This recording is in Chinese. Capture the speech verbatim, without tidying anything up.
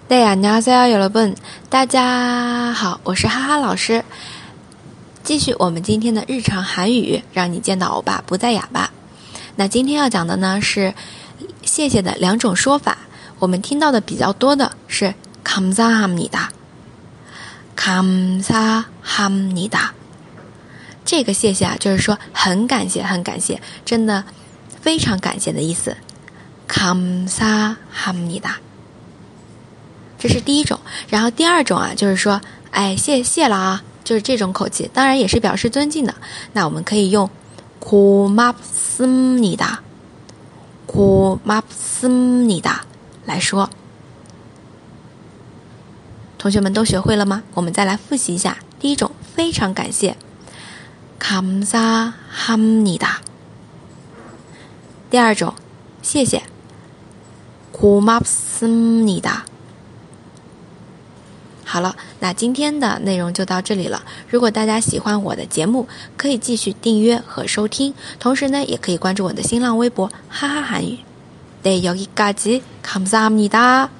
네 안녕하세요 여러분，大家好，我是哈哈老师。继续我们今天的日常韩语，让你见到欧巴不再哑巴。那今天要讲的呢是谢谢的两种说法，我们听到的比较多的是감사합니다，감사합니다。这个谢谢啊，就是说很感谢，很感谢，真的非常感谢的意思。감사합니다。这是第一种，然后第二种啊，就是说，哎，谢谢了啊，就是这种口气，当然也是表示尊敬的。那我们可以用고맙습니다，고맙습니다来说。同学们都学会了吗？我们再来复习一下。第一种，非常感谢，감사합니다。第二种，谢谢，고맙습니다。好了，那今天的内容就到这里了。如果大家喜欢我的节目，可以继续订阅和收听，同时呢，也可以关注我的新浪微博哈哈韩语。네，여기까지 감사합니다。